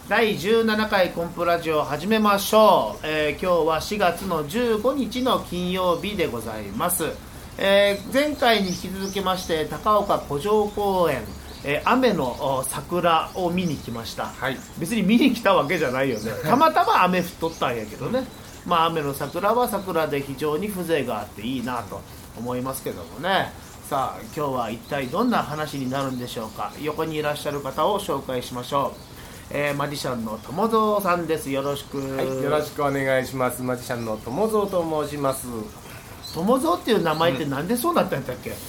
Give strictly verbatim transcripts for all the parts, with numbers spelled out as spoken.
だいじゅうななかいコンプラジオを始めましょう、えー、今日はしがつのじゅうごにちの金曜日でございます、えー、前回に引き続きまして高岡古城公園、えー、雨の桜を見に来ました、はい、別に見に来たわけじゃないよねたまたま雨降っとったんやけどねまあ雨の桜は桜で非常に風情があっていいなと思いますけどもね。さあ今日は一体どんな話になるんでしょうか。横にいらっしゃる方を紹介しましょう。えー、マジシャンの友蔵さんです。よろしく、 はい、よろしくお願いします。マジシャンの友蔵と申します。 友蔵っていう名前ってなんでそうなったんだっけ。うん、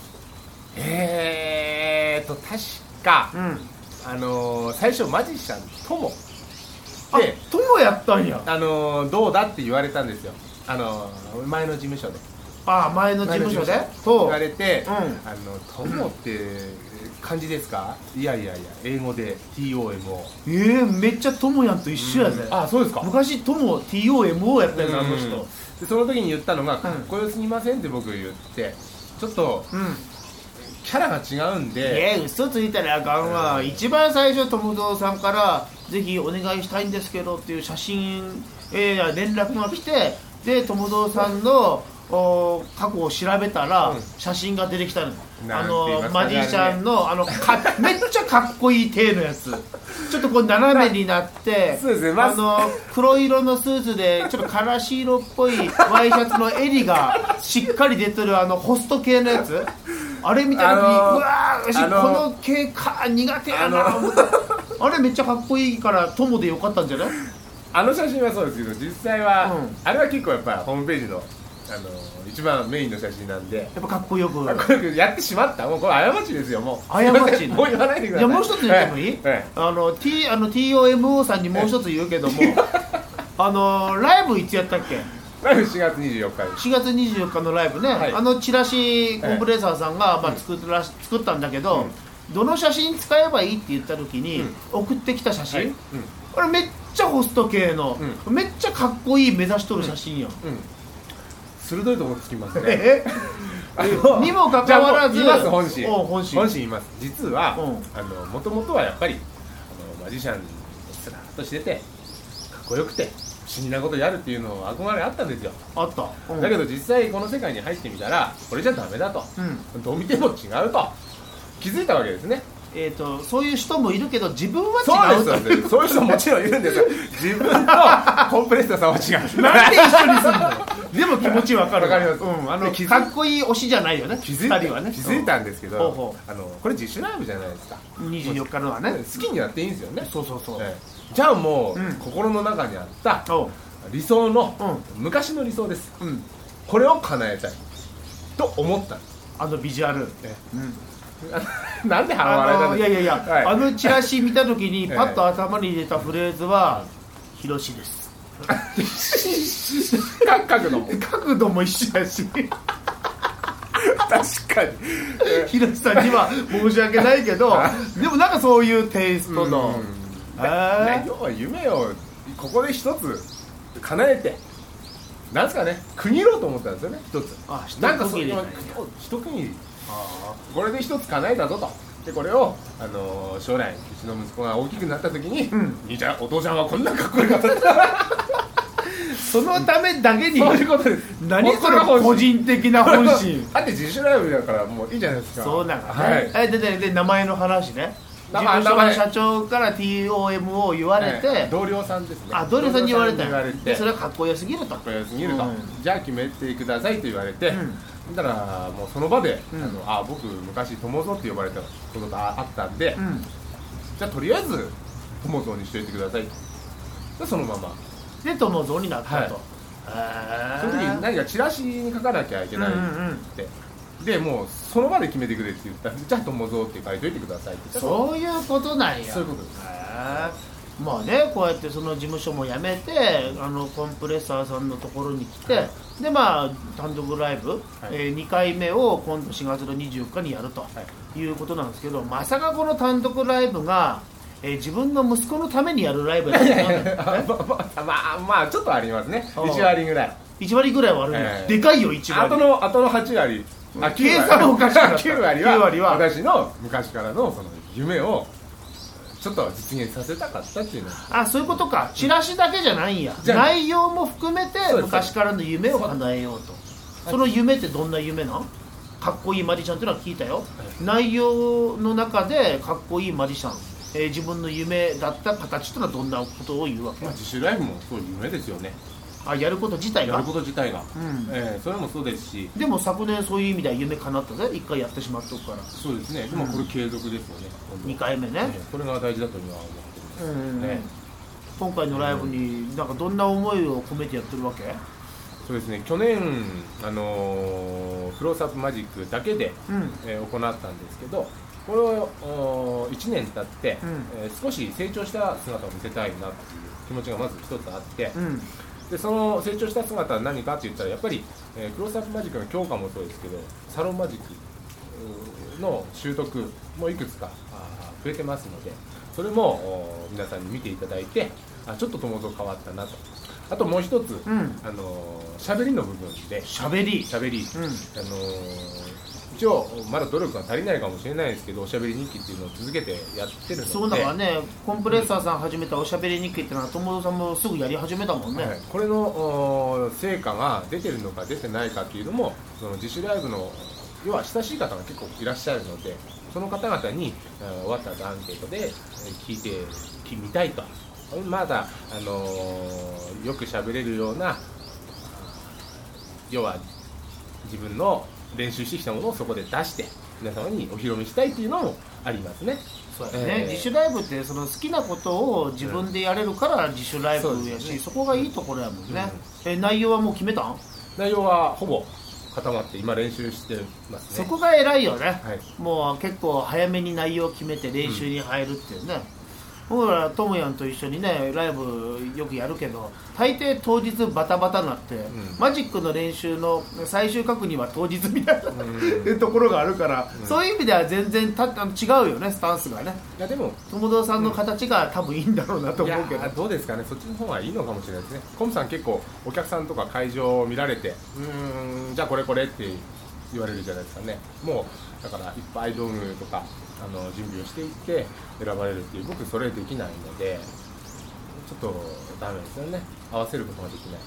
えーと確か、うん、あのー、最初マジシャン友で友やったんや。 あのー、どうだって言われたんですよ。あのー、前の事務所で。 ああ前の事務所でと言われて、うん、あの友って漢字ですか、いやいやいや英語で ティーオーエムオー。 えー、めっちゃ友やんと一緒やぜ、うん、 あそうですか。 昔友 ティーオーエムオー やったやつ、あの人で。その時に言ったのがかっこよすぎませんって僕言って、ちょっと、うん、キャラが違うんで。 えー、嘘ついたらあかんわ、うん、一番最初友蔵さんからぜひお願いしたいんですけどっていう写真、えー、連絡が来て、で友蔵さんの過去を調べたら、うん、写真が出てきたの。あのマジシャンの、あのかめっちゃかっこいい体のやつちょっとこう斜めになってそうですね、ま、 あの黒色のスーツでちょっとからし色っぽいワイシャツの襟がしっかり出てるあのホスト系のやつ、あれ見た時に、あのー、うわー、私この系か苦手やな思って、あれめっちゃかっこいいから友でよかったんじゃない。 あの写真はそうですけど、実際は、うん、あれは結構やっぱホームページのあの一番メインの写真なんで、 やっぱかっこよくかっこよくやってしまった。もうこれ過ちですよ。もう過ちもう言わないでください。 じゃあもう一つ言ってもいい、はいはい、あの T あの ティーオーエムオー さんにもう一つ言うけどもあのライブいつやったっけ。 ライブしがつにじゅうよっかです。 しがつにじゅうよっかのライブね、はい、あのチラシコンプレッサーさんが、まあ、作ったらし、作ったんだけど、うん、どの写真使えばいいって言った時に、うん、送ってきた写真、はいうん、これめっちゃホスト系の、うん、めっちゃかっこいい目指しとる写真よ、うんうん、 鋭いところつきますねにもかかわらず言います。本心本心本心言います。実は、うん、あの元々はやっぱりあのマジシャンスラッとしててかっこよくて不思議なことやるっていうのを憧れあったんですよ。 あった、 うん、だけど実際この世界に入ってみたらこれじゃダメだと、うん、どう見ても違うと気づいたわけですね。 えー、とそういう人もいるけど自分は違う。 そうです。そういう人ももちろんいるんですよ。自分とコンプレッサーさんは違う。 なんで一緒にするのでも気持ちわかる。 わかります、 うん、あのかっこいい推しじゃないよね。 気づいた、はね、気づいたんですけど、 ほうほう、 あのこれ自主ライブじゃないですか。 にじゅうよっかのはね、 好きにやっていいんですよね。 そうそうそう、 ええ、じゃあもう、うん、心の中にあった理想の、うん、昔の理想です、うん、これを叶えたいと思った。 あのビジュアル、ええ、うんなんで払われたんですか。 いやいやいや、はい、あのチラシ見た時にパッと頭に入れたフレーズは「ヒロシです」 角度も角度も一緒やし確かにヒロシさんには申し訳ないけどでもなんかそういうテイストの、 うん、な要は夢をここで一つ叶えてなんですかね、区切ろうと思ったんですよね。一つあなんかそういう一区切り、あこれで一つ叶えたぞと。でこれを、あのー、将来うちの息子が大きくなった時に、うん、兄ちゃんお父ちゃんはこんなかっこよかったそのためだけにそういうことです。 何それ個人的な本心だって自主ライブだからもういいじゃないですか。 そうなんかね、はい、で, で, で名前の話ね、事務所の社長から ティーオーエムオー 言われて、はい、 同僚さんですね。 あ同僚さんに言われたよ。でそれはかっこよすぎるとかっこよすぎると、うん、じゃあ決めてくださいと言われて、うん、だからもうその場で、うん、あのあ僕昔友蔵って呼ばれたことがあったんで、うん、じゃあとりあえず友蔵にしといてくださいでそのままで友蔵になったと、はい、 その時に何かチラシに書かなきゃいけないって、うんうんうんでもうその場で決めてくれって言ったらじゃあ友蔵って書いといてくださいってそういうことなんや。 そういうことです。 まあねこうやってその事務所も辞めてあのコンプレッサーさんのところに来て、はい、でまあ単独ライブ、はいえー、にかいめを今度しがつのにじゅうよっかにやると、はい、いうことなんですけどまさかこの単独ライブが、えー、自分の息子のためにやるライブだったんだまあまあまあちょっとありますね。いちわりぐらいいちわりぐらいはあるんだ、えー、でかいよいちわり。 あとのあとのはちわりあ計算おかしくなったきゅうわりは私の昔からのその夢をちょっと実現させたかったっていうのあ、そういうことか。チラシだけじゃないんや、内容も含めて昔からの夢を叶えようと。 そ, その夢ってどんな夢なん？かっこいいマジシャンっていうのは聞いたよ、はい、内容の中でかっこいいマジシャン、えー、自分の夢だった形というのはどんなことを言うわけ？ まあ、自主ライブもそういう夢ですよね。 あ、やること自体がやること自体が、 うんえー、それもそうですし、 でも昨年そういう意味では夢叶ったぜ。いっかいやってしまっとくから。 そうですね。でもこれ継続ですよね、 うん、にかいめね、 えー、これが大事だと今は思ってるんです、うんね、 今回のライブになんかどんな思いを込めてやってるわけ？ そうですね、去年、あのー、クロースアップマジックだけで、うんえー、行ったんですけど、これをいちねん経って、うんえー、少し成長した姿を見せたいなっていう気持ちがまず一つあって、うん、でその成長した姿は何かって言ったらやっぱり、えー、クロースアップマジックの強化もそうですけど、サロンマジックの習得もいくつか増えてますので、それも皆さんに見ていただいて、あちょっと友蔵変わったなと。あともう一つ、うん、あの喋りの部分で喋り喋り、うん、あの一応まだ努力が足りないかもしれないですけど、おしゃべり日記っていうのを続けてやってるので、 そうだからね、コンプレッサーさん始めたおしゃべり日記っていうのは友蔵さんもすぐやり始めたもんね、はい、 これの成果が出てるのか出てないかっていうのも、その自主ライブの要は親しい方が結構いらっしゃるので、その方々に終わった後アンケートで聞いてみたいと、まだ、あのー、よく喋れるような、要は自分の練習してきたものをそこで出して皆様にお披露目したいっていうのもありますね。 そうですね、えー、自主ライブってその好きなことを自分でやれるから自主ライブやし、うん そ, ね、そこがいいところやもんね、うん、え内容はもう決めたん？ 内容はほぼ固まって今練習してますね。 そこが偉いよね、 はい、 もう結構早めに内容を決めて練習に入るっていうね、うん僕らトムヤンと一緒にねライブよくやるけど、大抵当日バタバタになって、うん、マジックの練習の最終確認は当日みたいな、うん、ところがあるから、うん、そういう意味では全然た違うよね、スタンスがね。 いやでも友蔵さんの形が多分いいんだろうなと思うけど、 いやどうですかね、そっちの方がいいのかもしれないですね。コムさん結構お客さんとか会場を見られて、うーんじゃあこれこれって言われるじゃないですかね。もうだからいっぱい道具とかあの準備をしていって選ばれるっていう、僕それできないのでちょっとダメですよね、合わせることができない。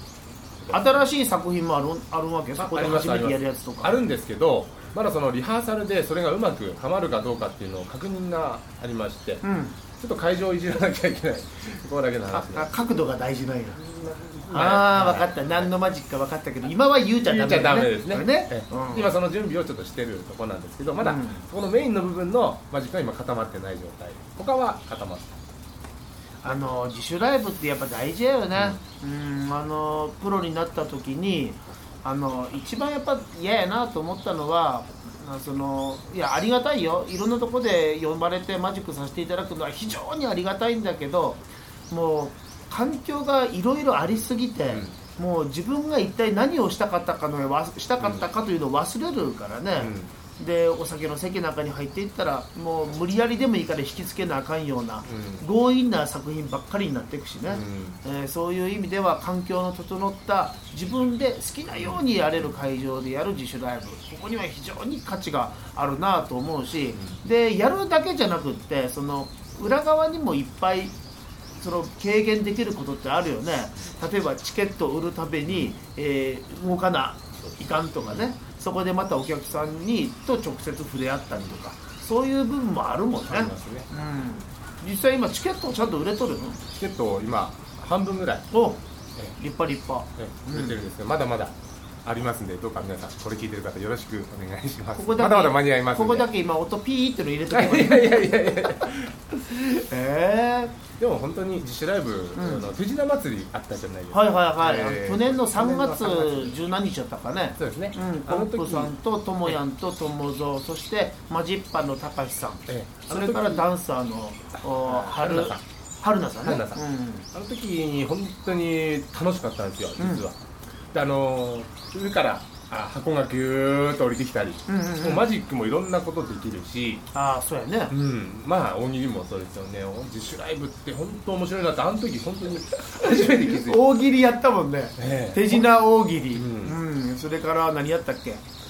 新しい作品もあるあるわけ？そこで初めてやるやつとかあ, あ, あるんですけど、まだそのリハーサルでそれがうまくはまるかどうかっていうのを確認がありまして、うん、ちょっと会場をいじらなきゃいけないそこだけの話で、 あ角度が大事なんや。ああ分かった、何のマジックか分かったけど今は言うちゃダメ、ね、 言うちゃダメですね、 ね、 うん、今その準備をちょっとしてるところなんですけど、まだそこのメインの部分のマジックは今固まってない状態、他は固まってあの自主ライブってやっぱ大事だよね、うん、うんあのプロになった時にあの一番やっぱ嫌やなと思ったのは、そのいやありがたいよ、いろんなとこで呼ばれてマジックさせていただくのは非常にありがたいんだけど、もう環境がいろいろありすぎて、うん、もう自分が一体何をしたかったかのしたかったかというのを忘れるからね、うん、でお酒の席なんかに入っていったらもう無理やりでもいいから引きつけなあかんような、うん、強引な作品ばっかりになっていくしね、うんえー、そういう意味では環境の整った自分で好きなようにやれる会場でやる自主ライブ、ここには非常に価値があるなと思うし、でやるだけじゃなくってその裏側にもいっぱいその軽減できることってあるよね。例えばチケットを売るために、えー、動かないかんとかね、そこでまたお客さんにと直接触れ合ったりとか、そういう部分もあるもんね。 ありますね、 うん、実際今チケットちゃんと売れとるの？ チケット今半分ぐらい、 お立派立派、 売れてるんですけど、うん、まだまだありますんで、どうか皆さんこれ聞いてる方よろしくお願いします。ここだけまだまだ間に合いますんで。 ここだけ今音ピーっての入れとけばいい。 いやいやいやいやえー、 でも本当に自主ライブ、うん、の手品祭りあったじゃないですか。 はいはいはい、えー、去年のさんがつじゅうなんにちだったかね。 そうですね、 うん、コンプさんとともやんとともぞ、そしてマジッパのたかしさん、えー、それからダンサーの春菜さん春菜さんね、 春菜さん、うん、あの時に本当に楽しかったんですよ実は、うん、であの上からあ箱がギューッと降りてきたり、うんうんうん、もうマジックもいろんなことできるし、 ああそうやね、 うん、まあ大喜利もそうですよね。自主ライブって本当面白いなって、あの時本当に初めて気づいた。 大喜利やったもんね、えー、手品大喜利、 うんうん、それから何やったっけ、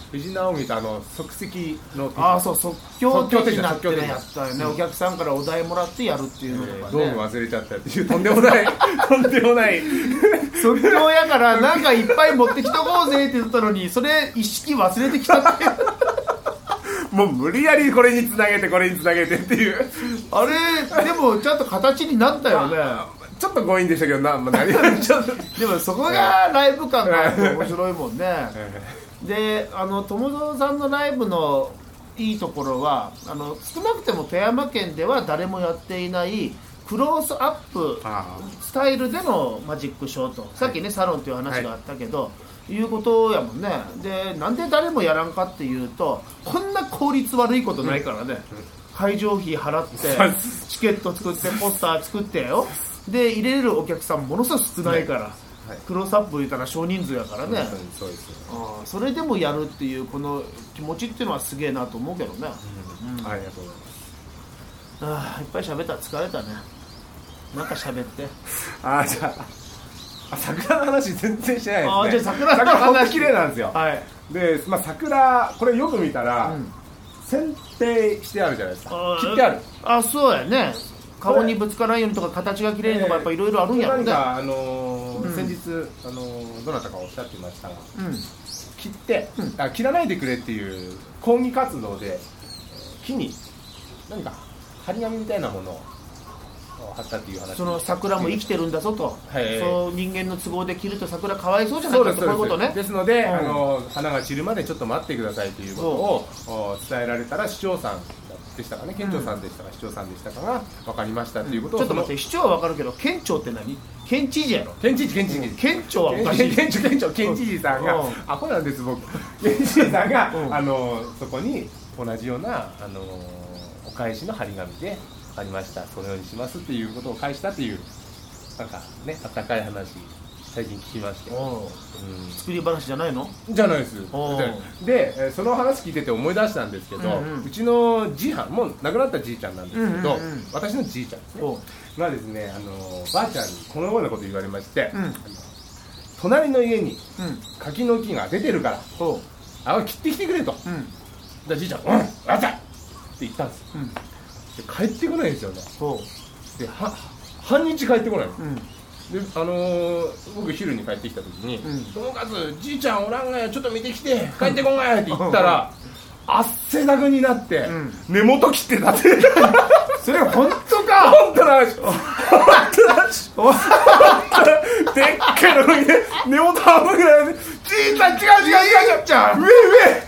藤直美とあの即席のああそう即興的になってねやったよね、うん、お客さんからお題もらってやるっていうのとかね、 えー、道具忘れちゃったっていうとんでもないとんでもない即興やからなんかいっぱい持ってきとこうぜって言ったのにそれ一式忘れてきたってもう無理やりこれにつなげてこれにつなげてっていうあれでもちゃんと形になったよねちょっと強引でしたけどな、まあ、何でもそこがライブ感があって面白いもんねであの友蔵さんのライブのいいところはあの少なくても富山県では誰もやっていないクロースアップスタイルでのマジックショーとさっきねサロンっていう話があったけど、はい、いうことやもんねでなんで誰もやらんかっていうとこんな効率悪いことないからね、うんうん、会場費払ってチケット作ってポスター作ってよで入れれるお客さんものすごく少ないから、はいはい、クロースアップ言ったら少人数やからね、 そうです、 あそれでもやるっていうこの気持ちっていうのはすげえなと思うけどね、 うんうん、ありがとうございますあいっぱい喋ったら疲れたねなんか喋ってあじゃあ桜の話全然してないですねあじゃあ桜の話桜綺麗なんですよ、 はいで、まあ、桜これよく見たら、うん、剪定してあるじゃないですか切ってあるあそうやね顔にぶつからんようにとか形が綺麗にとかやっぱいろいろあるんやろね、 何か、あのーうん、先日、あのー、どなたかおっしゃってましたが、うん、切って、うん、あ切らないでくれっていう抗議活動で木に何か張り紙みたいなものを貼ったっていう話その桜も生きてるんだぞと、はい、そう人間の都合で切ると桜かわいそうじゃないかとこういうことねですので、うん、あの花が散るまでちょっと待ってくださいということを伝えられたら市長さんでしたかね県庁さんでしたか、うん、市長さんでしたかが分かりましたということを、 うん、ちょっと待って市長は分かるけど県庁って何県知事やろ県知事県知事県庁はおかしい県庁県庁県知事さんが、うん、アホなんです僕県知事さんが、うん、あのそこに同じようなあのお返しの張り紙で分かりましたそのようにしますっていうことを返したっていうなんかね温かい話最近聞きまして、 うん、作り話じゃないのじゃないですで, でその話聞いてて思い出したんですけど、うんうん、うちのじいはんもう亡くなったじいちゃんなんですけど、うんうんうん、私のじいちゃんですねがですねあのばあちゃんにこのようなこと言われまして、うん、隣の家に柿の木が出てるから、うん、あ切ってきてくれと、うん、でじいちゃん「うん分かった!」って言ったんです、うん、で帰ってこないんですよねでは半日帰ってこないんです、うんであのー、僕昼に帰ってきた時に「ともかつじいちゃんおらんがやちょっと見てきて帰ってこんがや」って言ったら汗だくになって、うん、根元切ってたってそれ本当か本当の話本当の話でっかいのにね根元半分ぐらいで「じいちゃん違う違う違うじいちゃん上上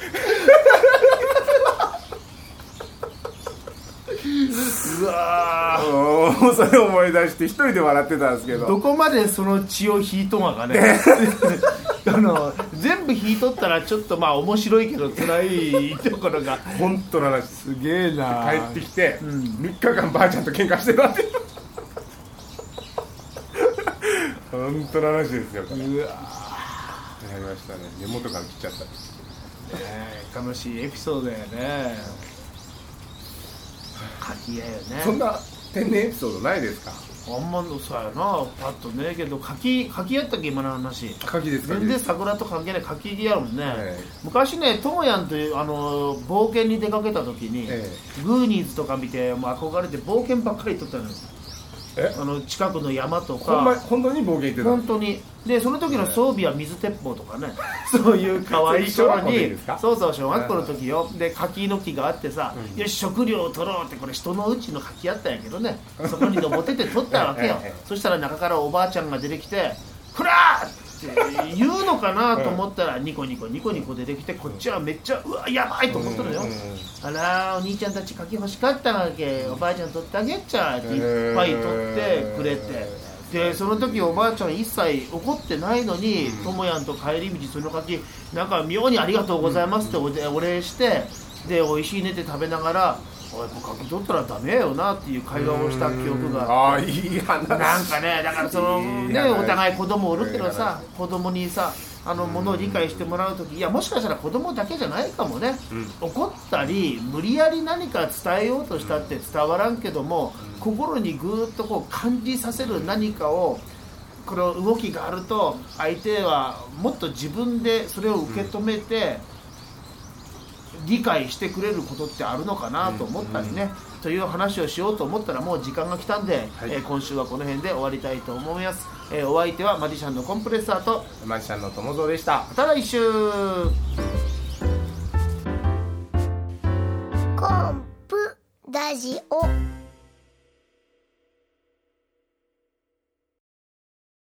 うわーそれを思い出して一人で笑ってたんですけどどこまでその血を引いとんわかねあの全部引いとったらちょっとまあ面白いけど辛いところが本当の話すげえな帰ってきて、うん、みっかかんばあちゃんと喧嘩してたって本当の話ですよこれうわやりましたね根元から切っちゃった、ね、 楽しいエピソードやね柿やよねそんな天然エピソードないですかあんまそうやなパッとねけど柿柿やったっけ今の話柿です全然桜と関係ない柿やるもんね、ええ、昔ねともやんというあの冒険に出かけた時に、ええ、グーニーズとか見てもう憧れて冒険ばっかり撮ったのよえあの近くの山とかほん、ま、本当に冒険行ってた本当にでその時の装備は水鉄砲とかねそういう可愛い頃にそうそう小学校の時よで柿の木があってさ、うん、よし食料を取ろうってこれ人のうちの柿やったんやけどねそこに登ってて取ったわけよそしたら中からおばあちゃんが出てきてフラーって言うのかなと思ったらニコニコニコニコ出てきてこっちはめっちゃうわやばいと思ったのよあらお兄ちゃんたち柿欲しかったわけおばあちゃん取ってあげっちゃっていっぱい取ってくれてでその時おばあちゃん一切怒ってないのにともやんと帰り道その柿なんか妙にありがとうございますってお礼してで美味しいねって食べながらおい柿取ったらダメよなっていう会話をした記憶があってあいい話なんかねだからそのねお互い子供おるけどさ子供にさあのものを理解してもらうときいやもしかしたら子供だけじゃないかもね、うん、怒ったり無理やり何か伝えようとしたって伝わらんけども、うん、心にぐーっとこう感じさせる何かをこの動きがあると相手はもっと自分でそれを受け止めて、 理解してくれることってあるのかなと思ったりね、うんうん、という話をしようと思ったらもう時間が来たんで、はい、えー、今週はこの辺で終わりたいと思います。えー、お相手はマジシャンのコンプレッサーとマジシャンの友蔵でした。 また来週。 コンプラジオ。